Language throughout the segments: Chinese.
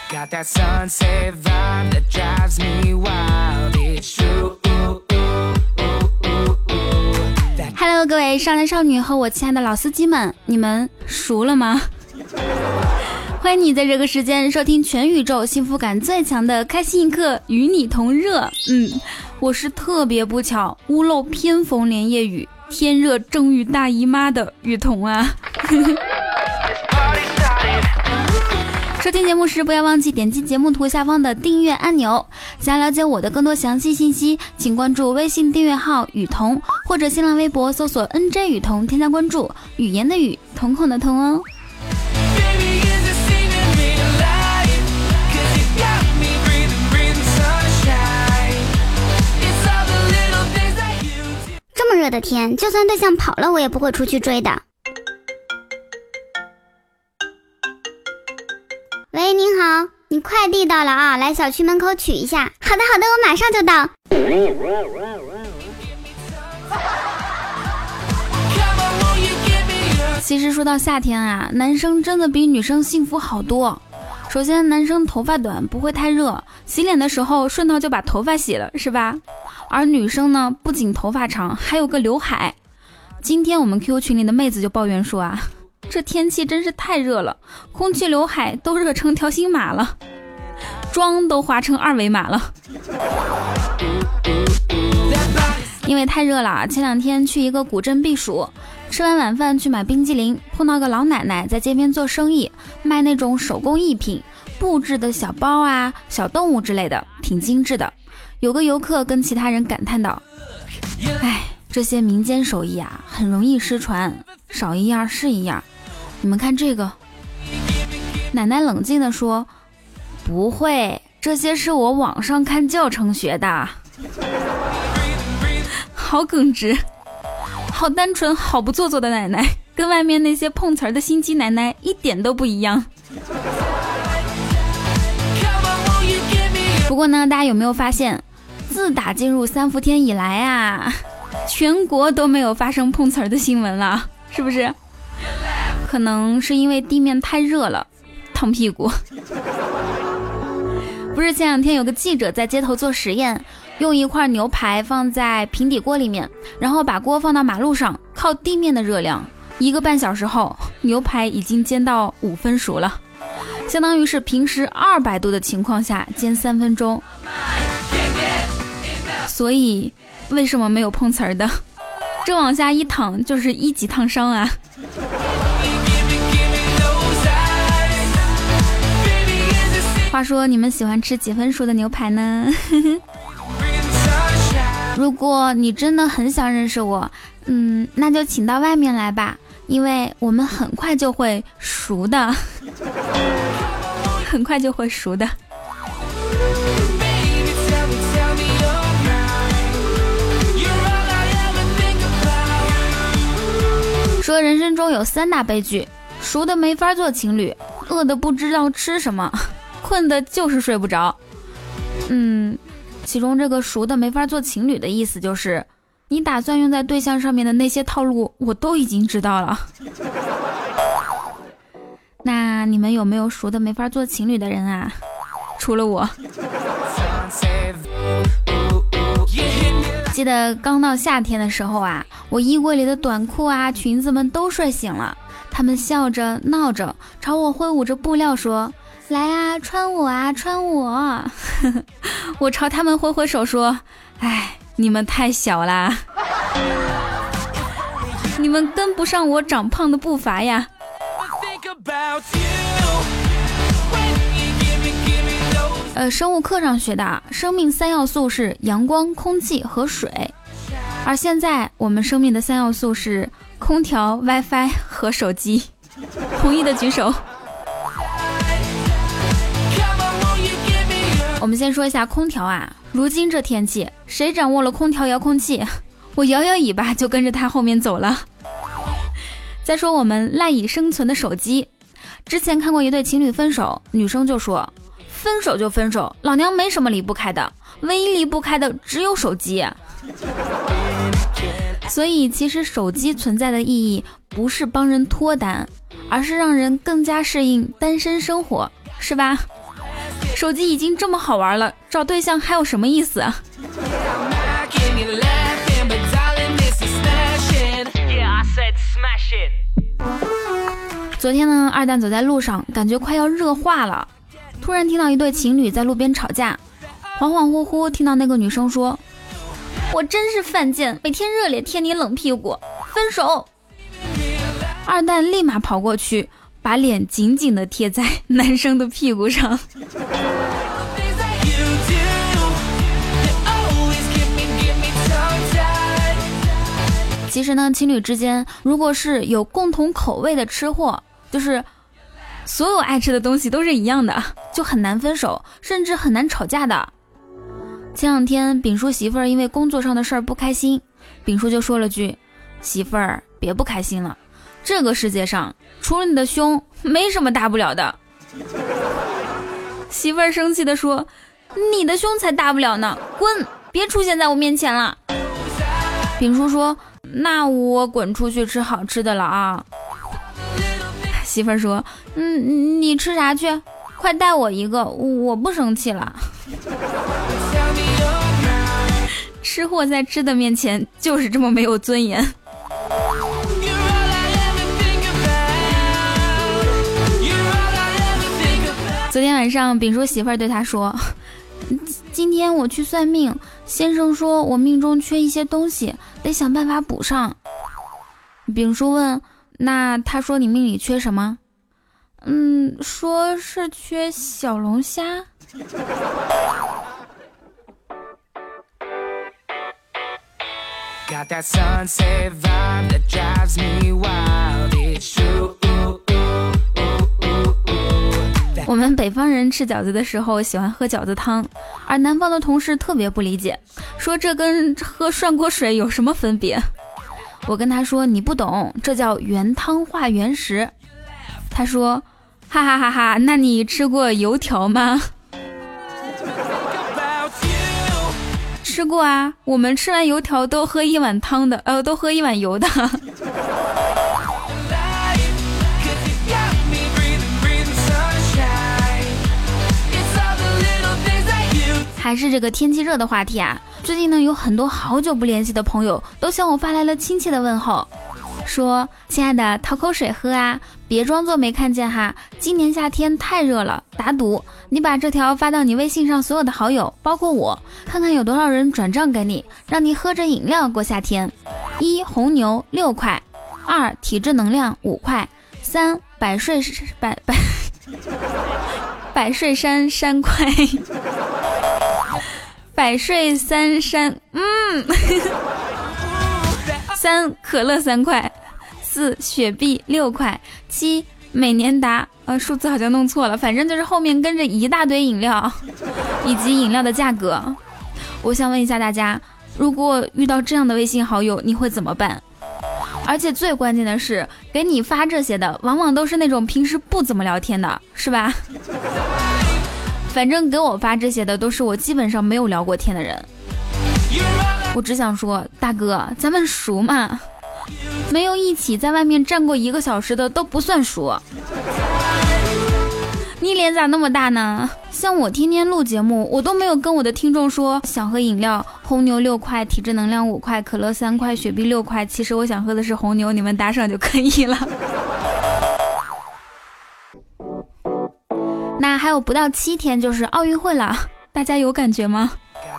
Got that sunset vibe that drives me wild. It's true. Hello， 各位少男少女和我亲爱的老司机们，你们熟了吗？欢迎你在这个时间收听全宇宙幸福感最强的开心一刻，与你同热。我是特别不巧，屋漏偏逢连夜雨，天热正遇大姨妈的雨桐啊。收听节目时不要忘记点击节目图下方的订阅按钮。想要了解我的更多详细信息，请关注微信订阅号雨桐，或者新浪微博搜索 NJ 雨桐添加关注，语言的语，瞳孔的瞳哦。 这么热的天，就算对象跑了我也不会出去追的。喂，您好，你快递到了啊，来小区门口取一下。好的好的，我马上就到。 其实说到夏天啊，男生真的比女生幸福好多。首先男生头发短不会太热，洗脸的时候顺道就把头发洗了，是吧？而女生呢，不仅头发长，还有个刘海。今天我们 QQ 群里的妹子就抱怨说啊，这天气真是太热了，空气刘海都热成条形码了，妆都划成2维码了。因为太热了，前2天去一个古镇避暑，吃完晚饭去买冰激凌，碰到个老奶奶在街边做生意，卖那种手工艺品，布置的小包啊、小动物之类的，挺精致的。有个游客跟其他人感叹道：哎，这些民间手艺啊，很容易失传，少一样是一样。你们看这个。奶奶冷静地说：不会，这些是我网上看教程学的。好耿直，好单纯，好不做作的奶奶，跟外面那些碰瓷儿的心机奶奶一点都不一样。不过呢，大家有没有发现，自打进入3伏天以来啊，全国都没有发生碰瓷儿的新闻了，是不是？可能是因为地面太热了，烫屁股。不是前2天有个记者在街头做实验，用一块牛排放在平底锅里面，然后把锅放到马路上，靠地面的热量，1个半小时后，牛排已经煎到5分熟了，相当于是平时200度的情况下煎3分钟。所以为什么没有碰瓷儿的？这往下一躺就是1级烫伤啊！话说你们喜欢吃几分熟的牛排呢？如果你真的很想认识我，那就请到外面来吧，因为我们很快就会熟的。很快就会熟的。说人生中有3大悲剧：熟的没法做情侣，饿的不知道吃什么，困的就是睡不着。其中这个熟的没法做情侣的意思就是，你打算用在对象上面的那些套路我都已经知道了。那你们有没有熟的没法做情侣的人啊？除了我。记得刚到夏天的时候啊，我衣柜里的短裤啊、裙子们都睡醒了，他们笑着闹着朝我挥舞着布料说：来啊，穿我啊，穿我。我朝他们挥挥手说：哎，你们太小啦，你们跟不上我长胖的步伐呀。生物课上学的生命3要素是阳光、空气和水，而现在我们生命的3要素是空调、WiFi 和手机。同意的举手。我们先说一下空调啊，如今这天气，谁掌握了空调遥控器，我摇摇尾巴就跟着他后面走了。再说我们赖以生存的手机，之前看过一对情侣分手，女生就说：分手就分手，老娘没什么离不开的，唯一离不开的只有手机。所以其实手机存在的意义不是帮人脱单，而是让人更加适应单身生活，是吧？ 手机已经这么好玩了，找对象还有什么意思啊？昨天呢，二蛋走在路上，感觉快要热化了，突然听到一对情侣在路边吵架，恍恍惚惚听到那个女生说：“我真是犯贱，每天热脸贴你冷屁股，分手。”二蛋立马跑过去，把脸紧紧地贴在男生的屁股上。其实呢，情侣之间如果是有共同口味的吃货，就是所有爱吃的东西都是一样的，就很难分手，甚至很难吵架的。前两天丙叔媳妇儿因为工作上的事儿不开心，丙叔就说了句：“媳妇儿别不开心了，这个世界上除了你的胸没什么大不了的。”媳妇儿生气地说：“你的胸才大不了呢，滚，别出现在我面前了。”丙叔说：“那我滚出去吃好吃的了啊。”媳妇儿说：“你吃啥去？快带我一个，我不生气了。”吃货在吃的面前就是这么没有尊严。昨天晚上丙叔媳妇儿对他说：“今天我去算命，先生说我命中缺一些东西，得想办法补上。”丙叔问：“那他说你命里缺什么？”说是缺小龙虾。 Got that sunset vibe that drives me wild. It's true. 我们北方人吃饺子的时候喜欢喝饺子汤，而南方的同事特别不理解，说这跟喝涮锅水有什么分别？我跟他说：“你不懂，这叫原汤化原食。”他说：“哈哈哈哈，那你吃过油条吗？”吃过啊，我们吃完油条都喝一碗汤的，都喝一碗油的。还是这个天气热的话题啊，最近呢有很多好久不联系的朋友都向我发来了亲切的问候，说：“亲爱的，讨口水喝啊，别装作没看见哈，今年夏天太热了，打赌你把这条发到你微信上所有的好友，包括我，看看有多少人转账给你，让你喝着饮料过夏天。1红牛6块，2体质能量5块，3百睡山3块百睡3山3可乐3块，4雪碧6块，7美年达数字好像弄错了，反正就是后面跟着一大堆饮料以及饮料的价格。我想问一下大家，如果遇到这样的微信好友你会怎么办？而且最关键的是，给你发这些的往往都是那种平时不怎么聊天的，是吧？反正给我发这些的都是我基本上没有聊过天的人。我只想说，大哥，咱们熟吗？没有一起在外面站过1个小时的都不算熟。你脸咋那么大呢？像我天天录节目，我都没有跟我的听众说想喝饮料，红牛6块，体质能量5块，可乐3块，雪碧6块，其实我想喝的是红牛，你们打赏就可以了。那还有不到7天就是奥运会了，大家有感觉吗？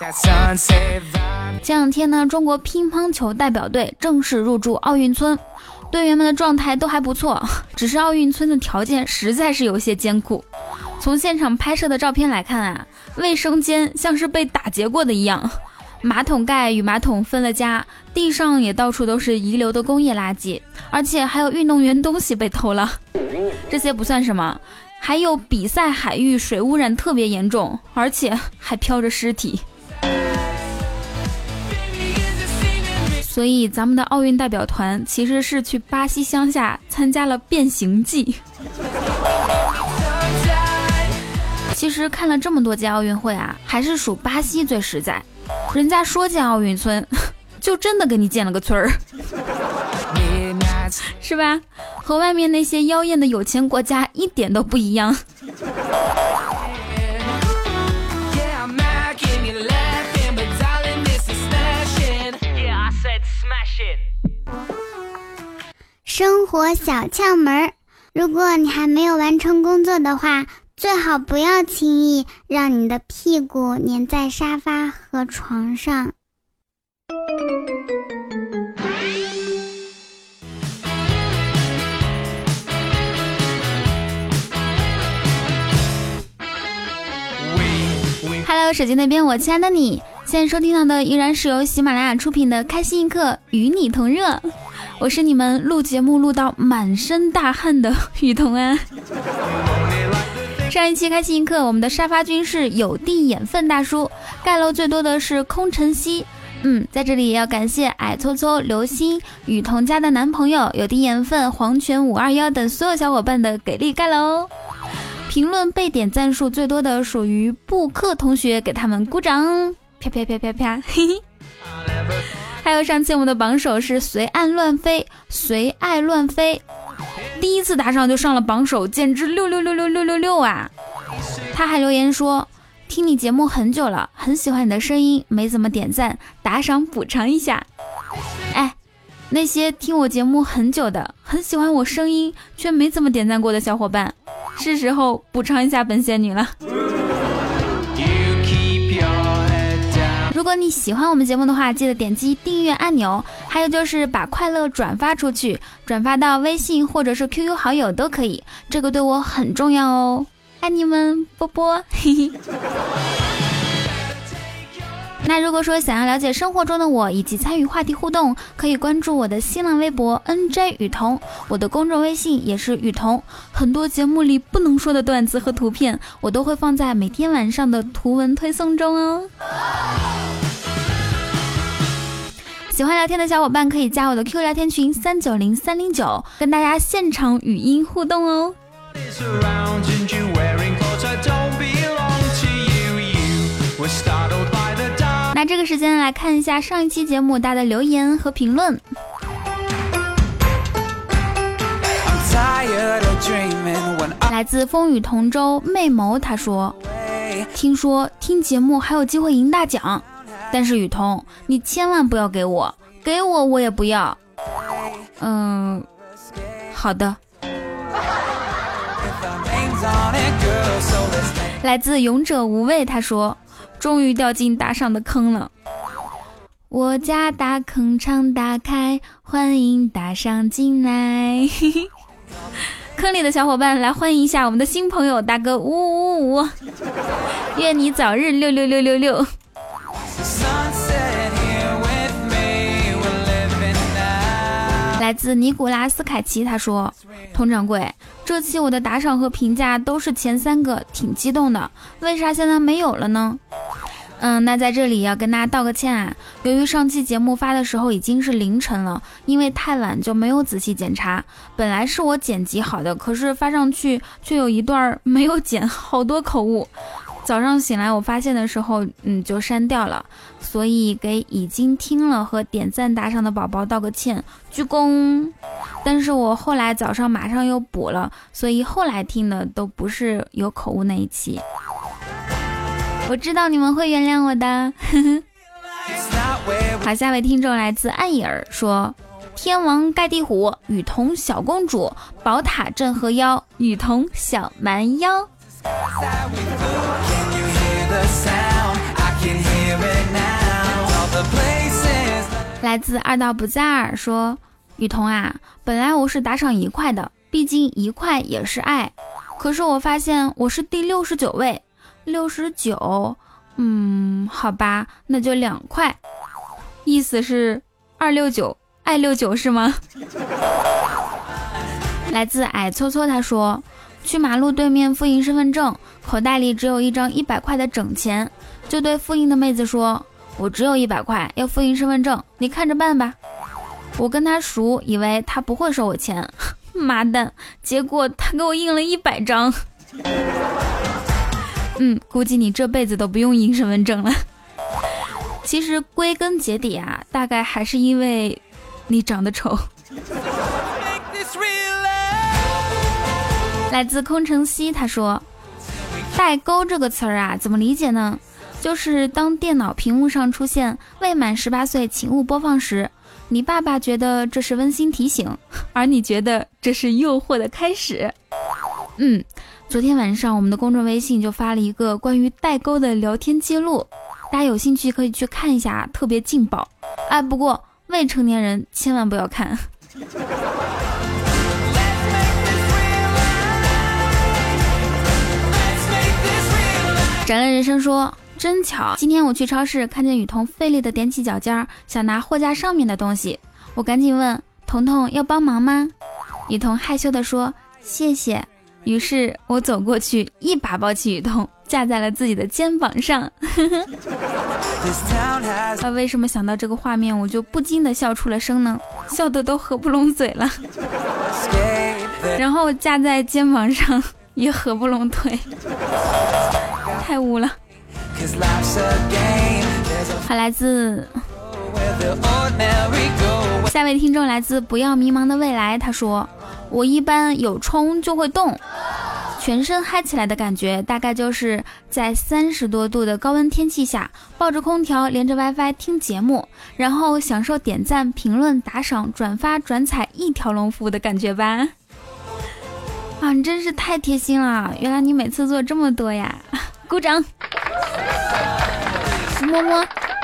前两天呢，中国乒乓球代表队正式入驻奥运村，队员们的状态都还不错，只是奥运村的条件实在是有些艰苦。从现场拍摄的照片来看啊，卫生间像是被打劫过的一样，马桶盖与马桶分了家，地上也到处都是遗留的工业垃圾，而且还有运动员东西被偷了。这些不算什么，还有比赛海域水污染特别严重，而且还飘着尸体。所以咱们的奥运代表团其实是去巴西乡下参加了变形记。其实看了这么多届奥运会啊，还是属巴西最实在，人家说建奥运村就真的给你建了个村儿，是吧？和外面那些妖艳的有钱国家一点都不一样。 生活小窍门，如果你还没有完成工作的话，最好不要轻易让你的屁股粘在沙发和床上。 Hello， 手机那边我亲爱的你，现在收听到的依然是由喜马拉雅出品的开心一刻与你同热，我是你们录节目录到满身大汗的雨桐啊。上一期开心一刻，我们的沙发君是有地眼粪大叔，盖楼最多的是空晨曦。在这里也要感谢矮搓搓、刘星、雨桐家的男朋友有地眼粪、黄泉521等所有小伙伴的给力盖楼。评论被点赞数最多的属于布克同学，给他们鼓掌，啪啪啪啪啪，嘿嘿。还有上期我们的榜首是随爱乱飞，第一次打赏就上了榜首，简直6666666啊！他还留言说，听你节目很久了，很喜欢你的声音，没怎么点赞，打赏补偿一下。哎，那些听我节目很久的，很喜欢我声音却没怎么点赞过的小伙伴，是时候补偿一下本仙女了。如果你喜欢我们节目的话，记得点击订阅按钮，还有就是把快乐转发出去，转发到微信或者是 QQ 好友都可以，这个对我很重要哦，爱你们，波波。嘿嘿。那如果说想要了解生活中的我以及参与话题互动，可以关注我的新浪微博 NJ 雨桐，我的公众微信也是雨桐，很多节目里不能说的段子和图片我都会放在每天晚上的图文推送中哦。喜欢聊天的小伙伴可以加我的 QQ 聊天群390309，跟大家现场语音互动哦。那这个时间来看一下上一期节目大家的留言和评论。来自风雨同舟媚眸，他说，听说听节目还有机会赢大奖，但是雨桐你千万不要给我我也不要。好的。来自勇者无畏，他说，终于掉进打赏的坑了，我家大坑常打开，欢迎打赏进来。坑里的小伙伴来欢迎一下我们的新朋友大哥555，愿你早日66666。来自尼古拉斯凯奇，他说，佟掌柜，这期我的打赏和评价都是前3个，挺激动的，为啥现在没有了呢？那在这里要跟大家道个歉啊，由于上期节目发的时候已经是凌晨了，因为太晚就没有仔细检查，本来是我剪辑好的，可是发上去却有一段没有剪，好多口误，早上醒来我发现的时候就删掉了，所以给已经听了和点赞打赏的宝宝道个歉，鞠躬。但是我后来早上马上又补了，所以后来听的都不是有口误那一期，我知道你们会原谅我的。好，下位听众来自暗影儿，说，天王盖地虎，雨桐小公主，宝塔镇河妖，雨桐小蛮腰。来自二道不在耳，说，雨桐啊，本来我是打赏1块的，毕竟1块也是爱，可是我发现我是第69位，69，好吧，那就2块，意思是269爱69是吗？来自矮搓搓，他说，去马路对面复印身份证，口袋里只有一张100块的整钱，就对复印的妹子说，我只有100块，要复印身份证，你看着办吧。我跟他熟，以为他不会收我钱，妈蛋，结果他给我印了100张。估计你这辈子都不用印身份证了。其实归根结底啊，大概还是因为你长得丑。来自空城西，他说，代沟这个词儿啊，怎么理解呢？就是当电脑屏幕上出现未满18岁请勿播放时， 你爸爸觉得这是温馨提醒，而你觉得这是诱惑的开始。昨天晚上我们的公众微信就发了一个关于代沟的聊天记录，大家有兴趣可以去看一下，特别劲爆。不过未成年人千万不要看。展览人生说，真巧，今天我去超市看见雨桐费力的踮起脚尖，想拿货架上面的东西，我赶紧问彤彤要帮忙吗？雨桐害羞地说谢谢，于是我走过去一把抱起雨桐，架在了自己的肩膀上。为什么想到这个画面我就不禁地笑出了声呢？笑得都合不拢嘴了。然后架在肩膀上也合不拢腿，太污了。好，来自下位听众来自不要迷茫的未来，他说我一般有冲就会动，全身嗨起来的感觉大概就是在30多度的高温天气下，抱着空调连着 WiFi 听节目，然后享受点赞评论打赏转发转采一条龙服务的感觉吧。你真是太贴心了，原来你每次做这么多呀，鼓掌摸摸。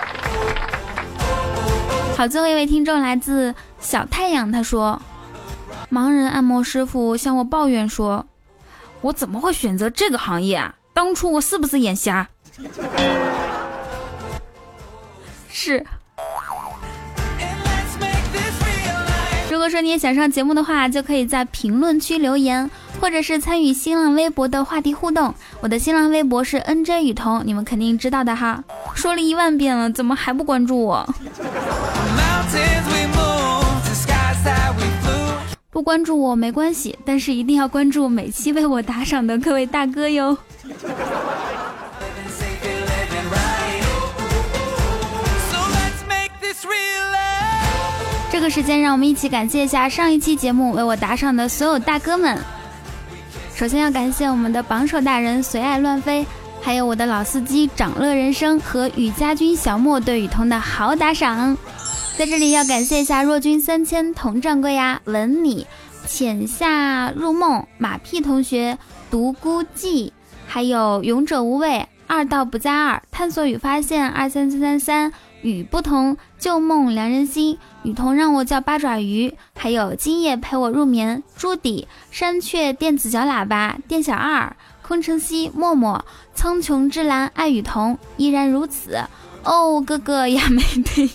好，最后一位听众来自小太阳，他说盲人按摩师傅向我抱怨说，我怎么会选择这个行业啊？当初我是不是眼瞎？是。如果说你也想上节目的话，就可以在评论区留言，或者是参与新浪微博的话题互动。我的新浪微博是 NJ 雨桐，你们肯定知道的哈。说了1万遍了，怎么还不关注我？不关注我没关系，但是一定要关注每期为我打赏的各位大哥哟。这个时间让我们一起感谢一下上一期节目为我打赏的所有大哥们。首先要感谢我们的榜首大人随爱乱飞，还有我的老司机长乐人生和雨家军小莫对雨桐的好打赏。在这里要感谢一下若君3000佟掌柜呀、吻你、浅夏入梦、马屁同学、独孤寂，还有勇者无畏、2到不加2、探索与发现23333、与不同、旧梦良人心、雨桐让我叫八爪鱼，还有今夜陪我入眠、朱迪、山雀电子小喇叭、店小二、空城西、默默、苍穹之蓝、爱雨桐、依然如此、哦哥哥亚美队、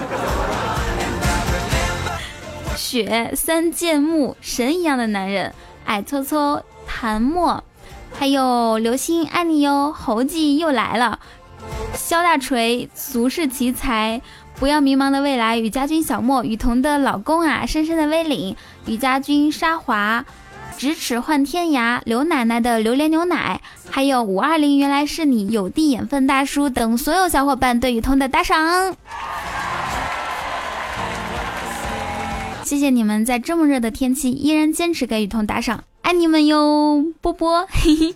雪、三剑木、神一样的男人、矮搓搓、谭墨，还有流星爱你哟、猴记又来了、肖大锤、俗世奇才、不要迷茫的未来、雨家军小莫、雨桐的老公啊、深深的威领、雨家军沙华、咫尺换天涯、刘奶奶的榴莲牛奶，还有520原来是你、有地眼分大叔等所有小伙伴对雨桐的打赏。谢谢你们在这么热的天气依然坚持给雨桐打赏，爱你们哟，波波。嘿嘿。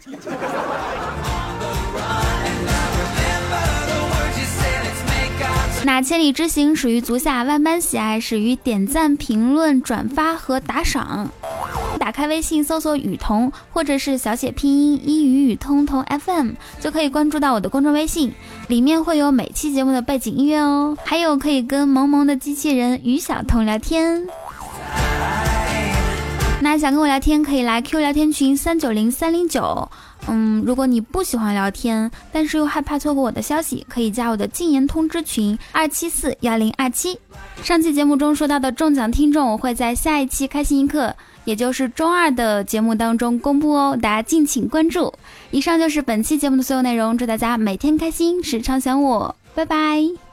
那千里之行属于足下，万般喜爱始于点赞评论转发和打赏。打开微信搜索雨桐，或者是小写拼音一语雨通通 FM， 就可以关注到我的公众微信，里面会有每期节目的背景音乐哦，还有可以跟萌萌的机器人于小彤聊天。那想跟我聊天可以来 Q 聊天群390309。如果你不喜欢聊天，但是又害怕错过我的消息，可以加我的禁言通知群2741027。上期节目中说到的中奖听众，我会在下一期开心一刻，也就是周2的节目当中公布哦，大家敬请关注。以上就是本期节目的所有内容，祝大家每天开心，时常想我，拜拜。